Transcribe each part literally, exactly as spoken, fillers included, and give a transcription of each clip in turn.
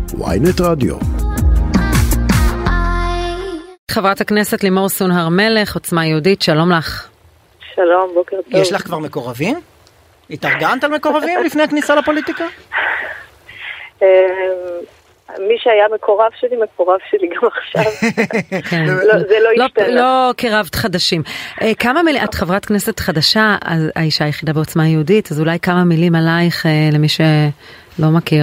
וויינט רדיו. חברת הכנסת לימור סון הר מלך, עוצמה יהודית, שלום לך. שלום, בוקר טוב. יש לך כבר מקורבים? התארגנת על מקורבים לפני הכניסה לפוליטיקה? מי שהיה מקורב שלי, מקורב שלי גם עכשיו. זה לא השתנה. לא קרבת חדשים. כמה מילים, את חברת כנסת חדשה, האישה היחידה בעוצמה יהודית, אז אולי כמה מילים עלייך למי שלא מכיר.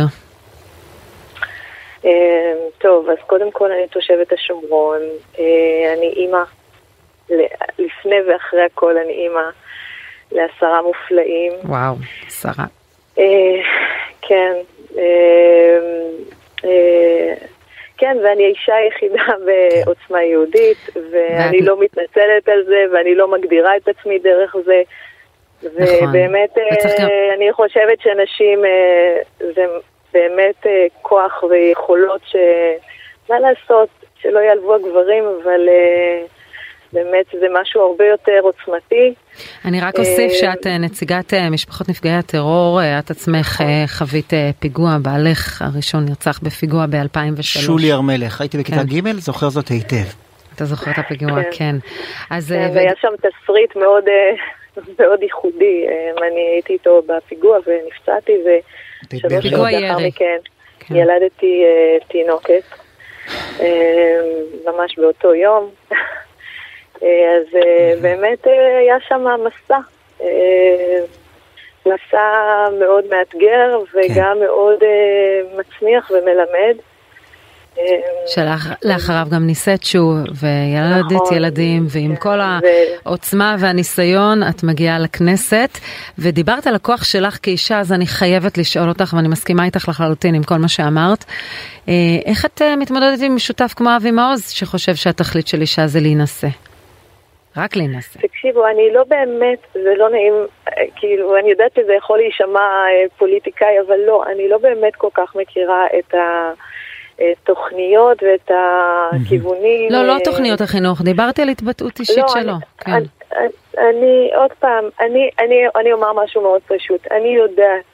טוב, אז קודם כל אני תושבת השומרון, אני אימא, לפני ואחרי הכל אני אימא לעשרה מופלאים. וואו, עשרה. כן, כן, ואני האישה היחידה בעוצמה יהודית, ואני לא מתנצלת על זה, ואני לא מגדירה את עצמי דרך זה, ובאמת אני חושבת שנשים זה באמת כוח ויכולות שמה לעשות, שלא ילבו הגברים, אבל באמת זה משהו הרבה יותר עוצמתי. אני רק אוסיף שאת נציגת משפחות נפגעי הטרור, את עצמך חווית פיגוע, בעלך הראשון נרצח בפיגוע ב-אלפיים ושלוש. שולי הר מלך, הייתי בכיתה ג', זוכר זאת היטב. אתה זוכר את הפיגוע, כן. והיה שם תסריט מאוד מאוד ייחודי, אני הייתי איתו בפיגוע ונפצעתי, ושלוש שעות לאחר מכן ילדתי תינוקת, ממש באותו יום. אז באמת היה שם מסע, מסע מאוד מאתגר וגם מאוד מצמיח ומלמד. שלאחריו גם ניסית שוב וילדת ילדים, ועם כל העוצמה והניסיון את מגיעה לכנסת, ודיברת על הכוח שלך כאישה, אז אני חייבת לשאול אותך, ואני מסכימה איתך לחלוטין עם כל מה שאמרת. איך את מתמודדת עם משותף כמו אבי מעוז, שחושב שהתכלית של אישה זה להינשא? רק להינשא. תקשיבו, אני לא באמת, זה לא נעים, כאילו, אני יודעת שזה יכול להישמע פוליטיקאי, אבל לא, אני לא באמת כל כך מכירה את ה... תוכניות ואת הכיוונים. לא, לא תוכניות החינוך, דיברתי על התבטאות אישית שלו. אני, עוד פעם, אני אומר משהו מאוד פשוט. אני יודעת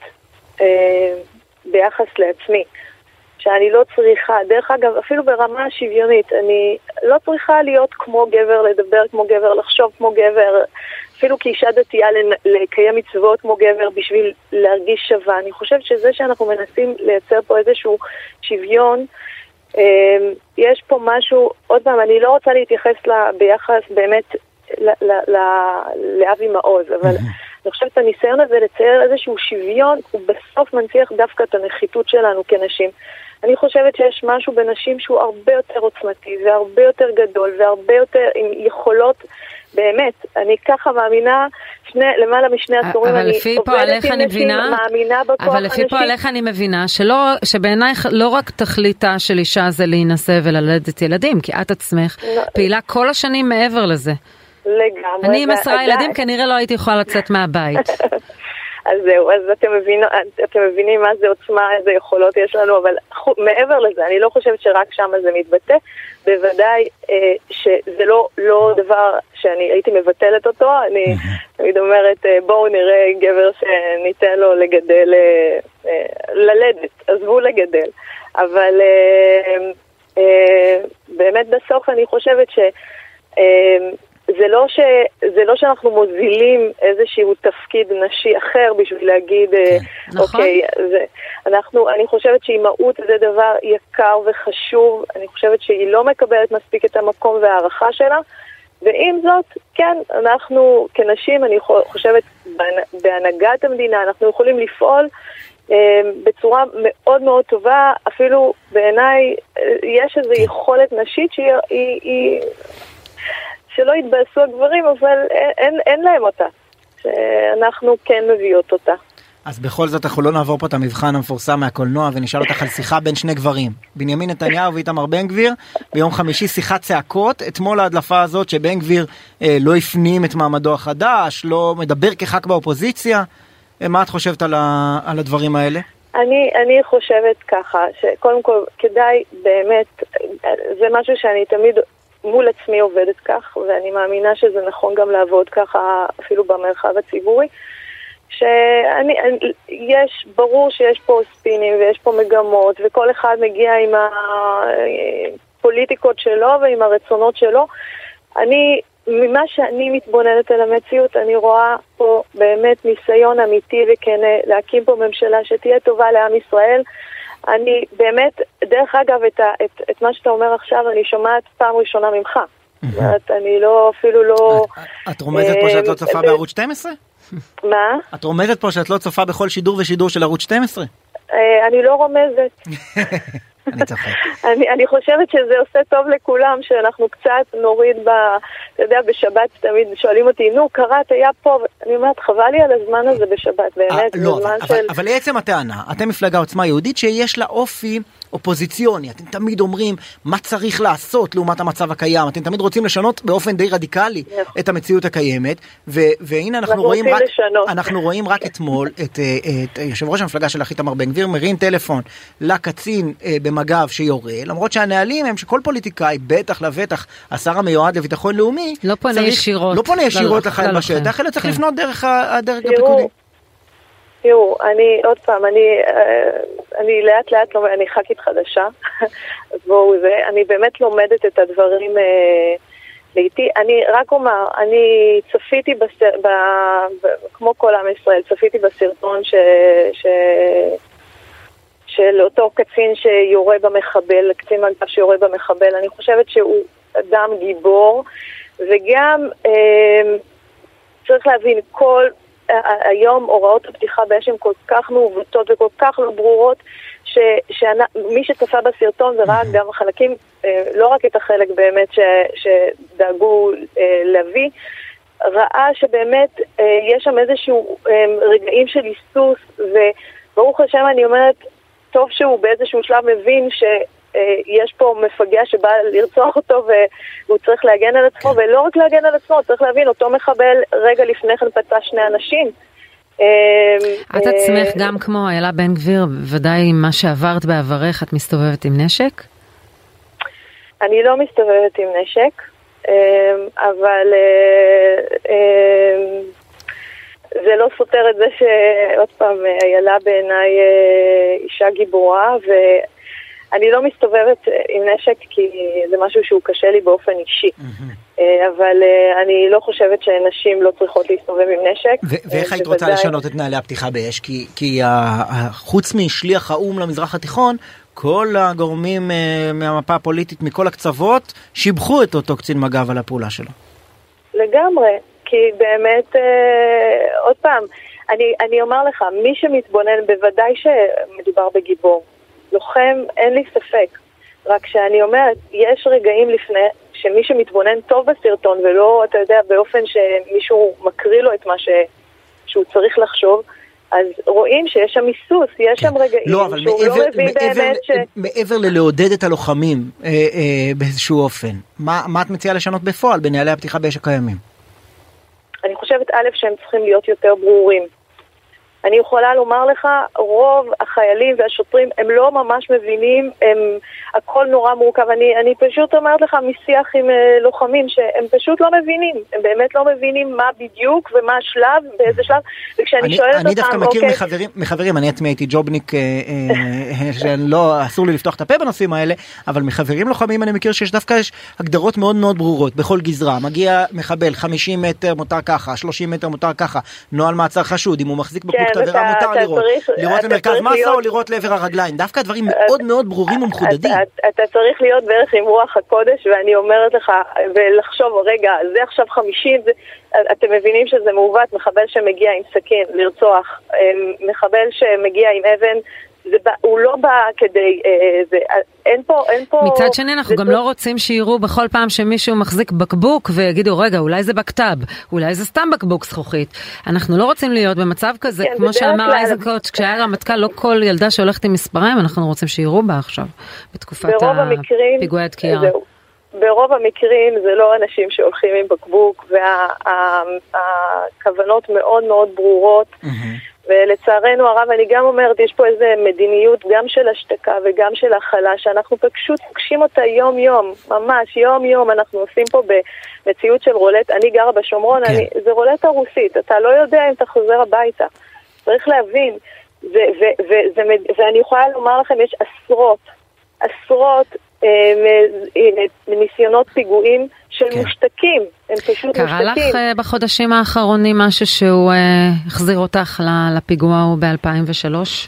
ביחס לעצמי, שאני לא צריכה, דרך אגב, אפילו ברמה השוויונית, אני לא צריכה להיות כמו גבר, לדבר כמו גבר, לחשוב כמו גבר, אפילו כאישה דתייה לקיים מצוות כמו גבר בשביל להרגיש שווה. אני חושבת שזה שאנחנו מנסים לייצר פה איזשהו שוויון, יש פה משהו, עוד פעם, אני לא רוצה להתייחס לה ביחס באמת לאבי מעוז, אבל אני חושבת הניסיון הזה לצייר איזשהו שוויון, הוא בסוף מנציח דווקא את הנחיתות שלנו כנשים. אני חושבת שיש משהו בנשים שהוא הרבה יותר עוצמתי, והרבה יותר גדול, והרבה יותר עם יכולות, באמת, אני ככה מאמינה, שני, למעלה משני עשורים, אני עובדת עם נשים, מאמינה בכוח אבל לפי פה עליך אני מבינה, שלא, שבעינייך לא רק תכליתה של אישה זה להינשא וללדת ילדים, כי את עצמך לא, פעילה כל השנים מעבר לזה. לגמרי. אני עם עשרה ילדים כנראה לא הייתי יכולה לצאת מהבית. אז זהו, אז אתם מבינים, אתם מבינים מה זה עוצמה, איזה יכולות יש לנו, אבל מעבר לזה, אני לא חושבת שרק שם זה מתבטא, בוודאי אה, שזה לא, לא דבר שאני הייתי מבטלת אותו, אני תמיד אומרת, אה, בואו נראה גבר שניתן לו לגדל, אה, אה, ללדת, עזבו לגדל, אבל אה, אה, באמת בסוף אני חושבת ש... אה, זה לא ש, זה לא שאנחנו מוזילים איזשהו תפקיד נשי אחר בשביל להגיד, כן, אוקיי, נכון. זה, אנחנו, אני חושבת שאימהות זה דבר יקר וחשוב, אני חושבת שהיא לא מקבלת מספיק את המקום והערכה שלה, ועם זאת, כן, אנחנו כנשים, אני חושבת, בהנהגת המדינה, אנחנו יכולים לפעול אה, בצורה מאוד מאוד טובה, אפילו בעיניי יש איזו יכולת נשית שהיא... היא, היא, שלא יתבאסו הגברים, אבל אין, אין, אין להם אותה. שאנחנו כן מביאות אותה. אז בכל זאת אנחנו לא נעבור פה את המבחן המפורסם מהקולנוע, ונשאל אותך על שיחה בין שני גברים. בנימין נתניהו ואיתמר בן גביר, ביום חמישי שיחת צעקות, אתמול ההדלפה הזאת שבן גביר אה, לא הפנים את מעמדו החדש, לא מדבר כח"כ באופוזיציה. אה, מה את חושבת על, ה, על הדברים האלה? אני, אני חושבת ככה, שקודם כל כדאי באמת, זה משהו שאני תמיד... מול עצמי עובדת כך, ואני מאמינה שזה נכון גם לעבוד ככה אפילו במרחב הציבורי. שאני, יש, ברור שיש פה ספינים ויש פה מגמות, וכל אחד מגיע עם הפוליטיקות שלו ועם הרצונות שלו. אני, ממה שאני מתבוננת על המציאות, אני רואה פה באמת ניסיון אמיתי וכן להקים פה ממשלה שתהיה טובה לעם ישראל. אני באמת, דרך אגב, את, ה, את, את מה שאתה אומר עכשיו, אני שומעת פעם ראשונה ממך. זאת, אני לא, אפילו לא... את רומזת פה שאת לא צופה בערוץ שתים עשרה? מה? את רומזת פה שאת לא צופה בכל שידור ושידור של ערוץ שתים עשרה? אני לא רומזת. אני צוחק. אני, אני חושבת שזה עושה טוב לכולם, שאנחנו קצת נוריד ב... אתה יודע, בשבת תמיד שואלים אותי, נו, קראת, היה פה, אני אומרת, חבל לי על הזמן הזה בשבת, באמת, לא, בזמן אבל, של... אבל, אבל לעצם הטענה, אתם מפלגה עוצמה יהודית שיש לה אופי אופוזיציוני, אתם תמיד אומרים מה צריך לעשות לעומת המצב הקיים, אתם תמיד רוצים לשנות באופן די רדיקלי את המציאות הקיימת, ו, והנה אנחנו, אנחנו רואים רק, אנחנו רואים רק אתמול את, את יושב ראש המפלגה של איתמר בן גביר מרים טלפון לקצין במג"ב שיורה, למרות שהנהלים הם שכל פוליטיקאי, בטח לבטח השר המיועד לביטחון לאומי, לא פונה צריך, ישירות, לא פונה ישירות לחייל בשטח, אלא צריך לפנות דרך הדרג הפיקודי. תראו, אני, עוד פעם, אני, אני לאט לאט, אני ח"כית חדשה, בואו זה, אני באמת לומדת את הדברים לעיתי, אני רק אומר, אני צפיתי, בסר, ב, ב, כמו כל עם ישראל, צפיתי בסרטון ש, ש, של אותו קצין שיורה במחבל, קצין מג"ב שיורה במחבל, אני חושבת שהוא אדם גיבור, וגם אה, צריך להבין, כל... היום הוראות הפתיחה באש הן כל כך מעוותות וכל כך לא ברורות, שמי שצפה בסרטון וראה גם החלקים, לא רק את החלק באמת שדאגו להביא, ראה שבאמת יש שם איזשהו רגעים של היסוס, וברוך השם אני אומרת, טוב שהוא באיזשהו שלב מבין ש... יש פה מפגע שבא לרצוח אותו והוא צריך להגן על עצמו, ולא רק להגן על עצמו, צריך להבין, אותו מחבל רגע לפני כן פצע שני אנשים. את עצמך גם כמו איילה בן גביר, ודאי מה שעברת בעברך, את מסתובבת עם נשק? אני לא מסתובבת עם נשק, אבל זה לא סותר את זה שעוד פעם, איילה בעיניי אישה גיבורה, ו... אני לא מסתובבת עם נשק כי זה משהו שהוא קשה לי באופן אישי, אבל אני לא חושבת שנשים לא צריכות להסתובב עם נשק. ואיך היית רוצה לשנות את נהלי הפתיחה באש? כי חוץ משליח האום למזרח התיכון, כל הגורמים מהמפה הפוליטית מכל הקצוות שיבחו את אותו קצין מג"ב על הפעולה שלו. לגמרי, כי באמת, עוד פעם, אני אומר לך, מי שמתבונן בוודאי שמדובר בגיבור. לוחם, אין לי ספק. רק שאני אומרת, יש רגעים לפני שמי שמתבונן טוב בסרטון, ולא, אתה יודע, באופן שמישהו מקריא לו את מה ש... שהוא צריך לחשוב, אז רואים שיש שם מיסוס, יש שם רגעים לא, אבל שהוא מעבר, לא מבין מעבר, באמת ש... מעבר ללעודד את הלוחמים אה, אה, באיזשהו אופן, מה, מה את מציעה לשנות בפועל בנהלי הפתיחה באש הקיימים? אני חושבת א' שהם צריכים להיות יותר ברורים. אני יכולה לומר לך, רוב החיילים והשוטרים הם לא ממש מבינים, הם, הכל נורא מורכב. אני, אני פשוט אומרת לך משיח עם uh, לוחמים שהם פשוט לא מבינים, הם באמת לא מבינים מה בדיוק ומה השלב, באיזה שלב, וכשאני אני, שואלת אני אותם, דווקא מכיר אוקיי... מחברים, מחברים, אני עצמי הייתי ג'ובניק, אה, אה, שלא, אסור לי לפתוח את הפה בנושאים האלה, אבל מחברים לוחמים אני מכיר שיש דווקא יש הגדרות מאוד מאוד ברורות, בכל גזרה, מגיע מחבל, חמישים מטר מותר ככה, שלושים מטר מותר ככה, נועל מעצר חשוד, אם הוא מחזיק בקבוק תבערה מותר לראות, לראות למרכז מסה או לראות לעבר הרגליים, דווקא דברים מאוד מאוד ברורים ומחודדים. אתה צריך להיות בערך עם רוח הקודש, ואני אומרת לך, ולחשוב, רגע, זה עכשיו חמישים, אתם מבינים שזה מעוות, מחבל שמגיע עם סכין לרצוח, מחבל שמגיע עם אבן, זה בא, הוא לא בא כדי, אה, זה, אין פה, אין פה... מצד שני אנחנו גם לא רוצים שיראו בכל פעם שמישהו מחזיק בקבוק ויגידו, רגע, אולי זה בקטב, אולי זה סתם בקבוק זכוכית. אנחנו לא רוצים להיות במצב כזה, כן, כמו שאמר אייזנקוט, כשהיה רמטכ"ל, לא כל ילדה שהולכת עם מספריים, אנחנו רוצים שיראו בה עכשיו, בתקופת הפיגועי הדקירה. ברוב המקרים זה לא אנשים שהולכים עם בקבוק, והכוונות מאוד מאוד ברורות, ולצערנו הרב, אני גם אומרת, יש פה איזו מדיניות גם של השתקה וגם של הכלה, שאנחנו פשוט פוגשים אותה יום יום, ממש יום יום, אנחנו עושים פה במציאות של רולט, אני גרה בשומרון, אני, זה רולטה רוסית, אתה לא יודע אם אתה חוזר הביתה, צריך להבין, ו, ו, ו, ו, ואני יכולה לומר לכם, יש עשרות, עשרות ניסיונות פיגועים של מושתקים, הם פשוט מושתקים. קרה לך בחודשים האחרונים משהו שהוא החזיר אותך לפיגוע ההוא ב-אלפיים ושלוש?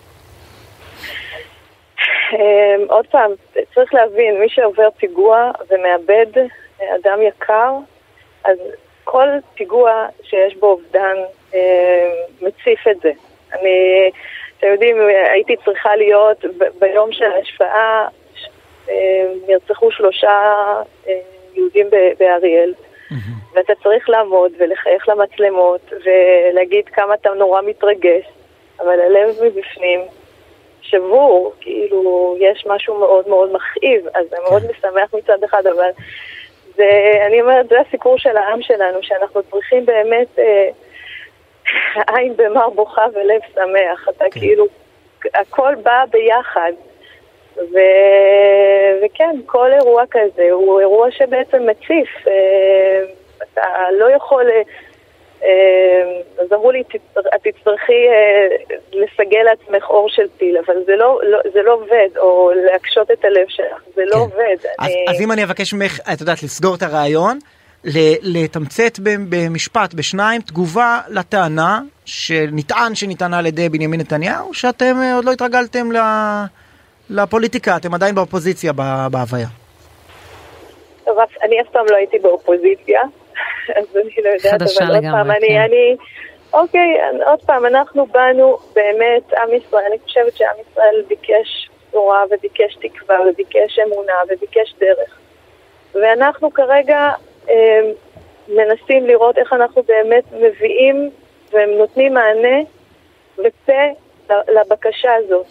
עוד פעם, צריך להבין, מי שעובר פיגוע ומאבד אדם יקר, אז כל פיגוע שיש בו אובדן מציף את זה. אני, אתם יודעים, הייתי צריכה להיות ביום של ההשפעה, נרצחו שלושה יהודים באריאל, ואתה צריך לעמוד ולחייך למצלמות ולהגיד כמה אתה נורא מתרגש, אבל הלב מבפנים שבור, כאילו יש משהו מאוד מאוד מכאיב, אז זה מאוד משמח מצד אחד, אבל זה, אני אומרת, זה הסיפור של העם שלנו, שאנחנו צריכים באמת עין במר בוכה ולב שמח, אתה כאילו, הכל בא ביחד, ו... וכן, כל אירוע כזה הוא אירוע שבעצם מציף, אתה לא יכול, אז אמרו לי, את תצטרכי לסגל לעצמך אור של פיל, אבל זה לא, לא, זה לא עובד, או להקשות את הלב שלך, זה לא עובד. אז, אני... אז אם אני אבקש ממך, את יודעת, לסגור את הרעיון, לתמצת במשפט, בשניים, תגובה לטענה שנטען שניתנה על ידי בנימין נתניהו, שאתם עוד לא התרגלתם ל... לפוליטיקה, אתם עדיין באופוזיציה בהוויה. טוב, אני אף פעם לא הייתי באופוזיציה, אז אני לא יודעת, אבל עוד פעם, אני, אני, אוקיי, עוד פעם, אנחנו באנו באמת, עם ישראל, אני חושבת שעם ישראל ביקש תורה וביקש תקווה וביקש אמונה וביקש דרך. ואנחנו כרגע אה, מנסים לראות איך אנחנו באמת מביאים ונותנים מענה ופה לבקשה הזאת.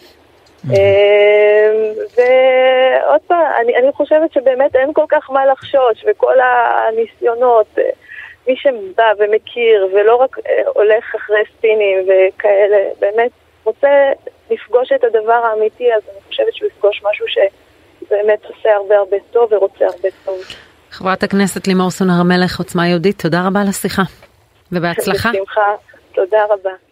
ועוד פעם, אני, אני חושבת שבאמת אין כל כך מה לחשוש, וכל הניסיונות, מי שבא ומכיר ולא רק הולך אחרי ספינים וכאלה, באמת רוצה לפגוש את הדבר האמיתי, אז אני חושבת שהוא יפגוש משהו שבאמת עושה הרבה הרבה טוב ורוצה הרבה טוב. חברת הכנסת לימור סון הר מלך, עוצמה יהודית, תודה רבה על השיחה ובהצלחה. בשמחה, תודה רבה.